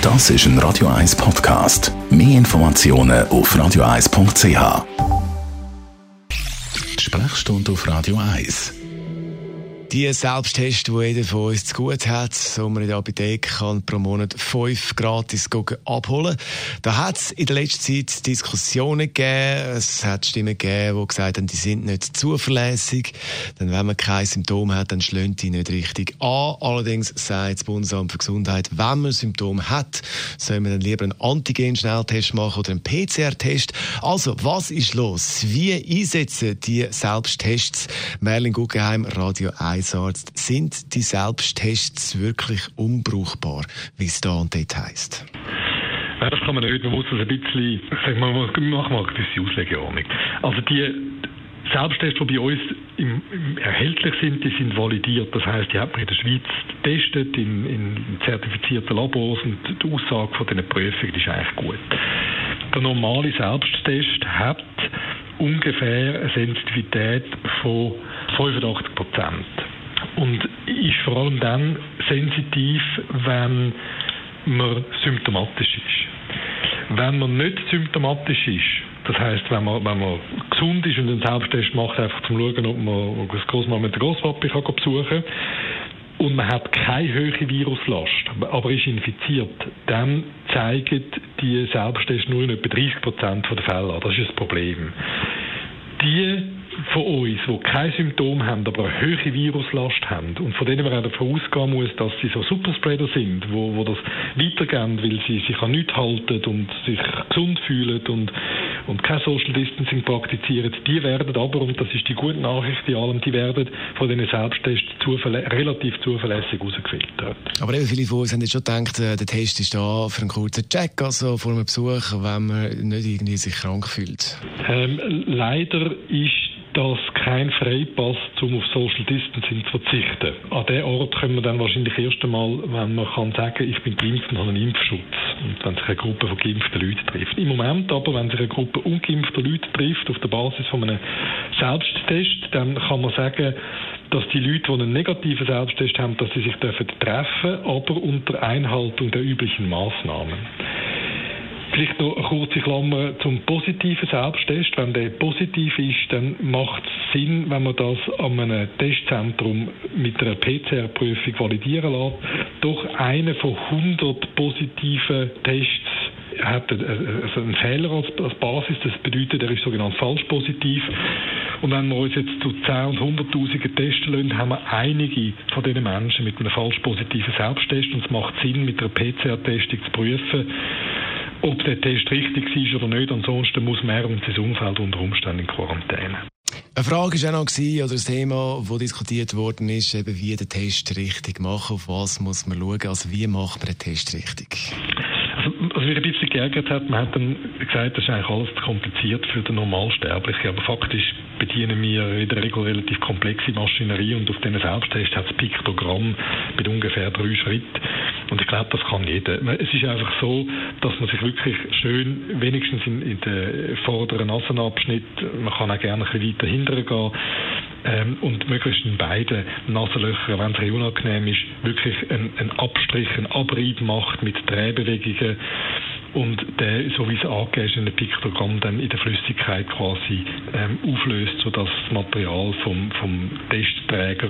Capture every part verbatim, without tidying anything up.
Das ist ein Radio eins Podcast. Mehr Informationen auf radio eins punkt c h. Sprechstunde auf Radio eins. Die Selbsttests, die jeder von uns zu gut hat, so man in der Apotheke kann pro Monat fünf gratis abholen. Da hat es in der letzten Zeit Diskussionen gegeben. Es hat Stimmen gegeben, die gesagt haben, die sind nicht zuverlässig. Denn wenn man kein Symptom hat, dann schlönt die nicht richtig an. Allerdings sagt das Bundesamt für Gesundheit, wenn man Symptome hat, soll man dann lieber einen Antigen-Schnelltest machen oder einen P C R-Test. Also, was ist los? Wie einsetzen die Selbsttests? Merlin Guggenheim, Radio eins Arzt. Sind die Selbsttests wirklich unbrauchbar, wie es da und dort heisst? Ja, das kann man nicht. Man muss das ein bisschen, sagen wir mal, machen wir eine gewisse Auslegeordnung. Also die Selbsttests, die bei uns im, im erhältlich sind, die sind validiert. Das heisst, die hat man in der Schweiz getestet, in, in zertifizierten Labors, und die Aussage von diesen Prüfungen ist eigentlich gut. Der normale Selbsttest hat ungefähr eine Sensitivität von fünfundachtzig Prozent. Und ist vor allem dann sensitiv, wenn man symptomatisch ist. Wenn man nicht symptomatisch ist, das heisst, wenn man, wenn man gesund ist und einen Selbsttest macht, einfach zum Schauen, ob man das Grossmama mit der Grosspapi kann besuchen kann, und man hat keine hohe Viruslast, aber ist infiziert, dann zeigen die Selbsttests nur in etwa dreißig Prozent der Fälle an. Das ist das Problem. Die von uns, die keine Symptome haben, aber eine hohe Viruslast haben und von denen man auch davon ausgehen muss, dass sie so Superspreader sind, wo, wo das weitergehen, weil sie sich an nichts halten und sich gesund fühlen und, und kein Social Distancing praktizieren, die werden aber, und das ist die gute Nachricht in allem, die werden von diesen Selbsttests zuverlä- relativ zuverlässig rausgefiltert. Aber eben viele von uns haben jetzt schon gedacht, der Test ist da für einen kurzen Check, also vor einem Besuch, wenn man nicht irgendwie sich krank fühlt. Ähm, leider ist das kein Freipass, um auf Social Distancing zu verzichten. An diesen Ort können wir dann wahrscheinlich erst einmal, wenn man kann sagen, ich bin geimpft und habe einen Impfschutz. Und wenn sich eine Gruppe von geimpften Leuten trifft. Im Moment aber, wenn sich eine Gruppe ungeimpfter Leute trifft, auf der Basis von einem Selbsttest, dann kann man sagen, dass die Leute, die einen negativen Selbsttest haben, dass sie sich treffen dürfen, aber unter Einhaltung der üblichen Massnahmen. Vielleicht noch eine kurze Klammer zum positiven Selbsttest. Wenn der positiv ist, dann macht es Sinn, wenn man das an einem Testzentrum mit einer P C R-Prüfung validieren lässt. Doch einer von hundert positiven Tests hat einen Fehler als Basis. Das bedeutet, er ist sogenannt falsch positiv. Und wenn wir uns jetzt zu zehn und hunderttausenden testen lassen, haben wir einige von diesen Menschen mit einem falsch positiven Selbsttest. Und es macht Sinn, mit einer P C R-Testung zu prüfen, ob der Test richtig ist oder nicht. Ansonsten muss man und sein Umfeld unter Umständen in Quarantäne. Eine Frage war auch noch, oder ein Thema, das diskutiert worden ist, eben wie den Test richtig machen, auf was muss man schauen, also wie macht man den Test richtig? Also, was mich ein bisschen geärgert hat, man hat dann gesagt, das ist eigentlich alles zu kompliziert für den Normalsterblichen, aber faktisch bedienen wir in der Regel relativ komplexe Maschinerie und auf diesen Selbsttests hat es Piktogramm mit ungefähr drei Schritten. Und ich glaube, das kann jeder. Es ist einfach so, dass man sich wirklich schön, wenigstens in, in den vorderen Nasenabschnitt, man kann auch gerne ein bisschen weiter hinten gehen, ähm, und möglichst in beiden Nasenlöchern, wenn es ein unangenehm ist, wirklich einen, einen Abstrich, einen Abrieb macht mit Drehbewegungen und der, so wie es angegeben ist, in einem Piktogramm dann in der Flüssigkeit quasi ähm, auflöst, sodass das Material vom, vom Testträger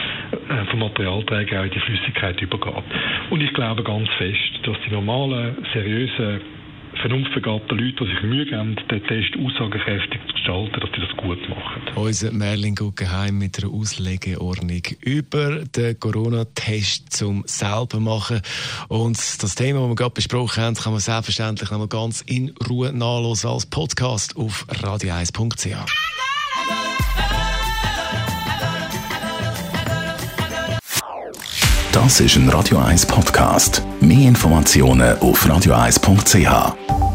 vom Materialträger auch in die Flüssigkeit übergeht. Und ich glaube ganz fest, dass die normalen, seriösen, vernunftbegabten Leute, die sich Mühe geben, den Test aussagekräftig zu gestalten, dass die das gut machen. Unser Merlin Guggenheim mit einer Auslegeordnung über den Corona-Test zum selber machen. Und das Thema, das wir gerade besprochen haben, kann man selbstverständlich noch mal ganz in Ruhe nachhören als Podcast auf radio eins punkt c h. Das ist ein Radio eins Podcast. Mehr Informationen auf radio eins punkt c h.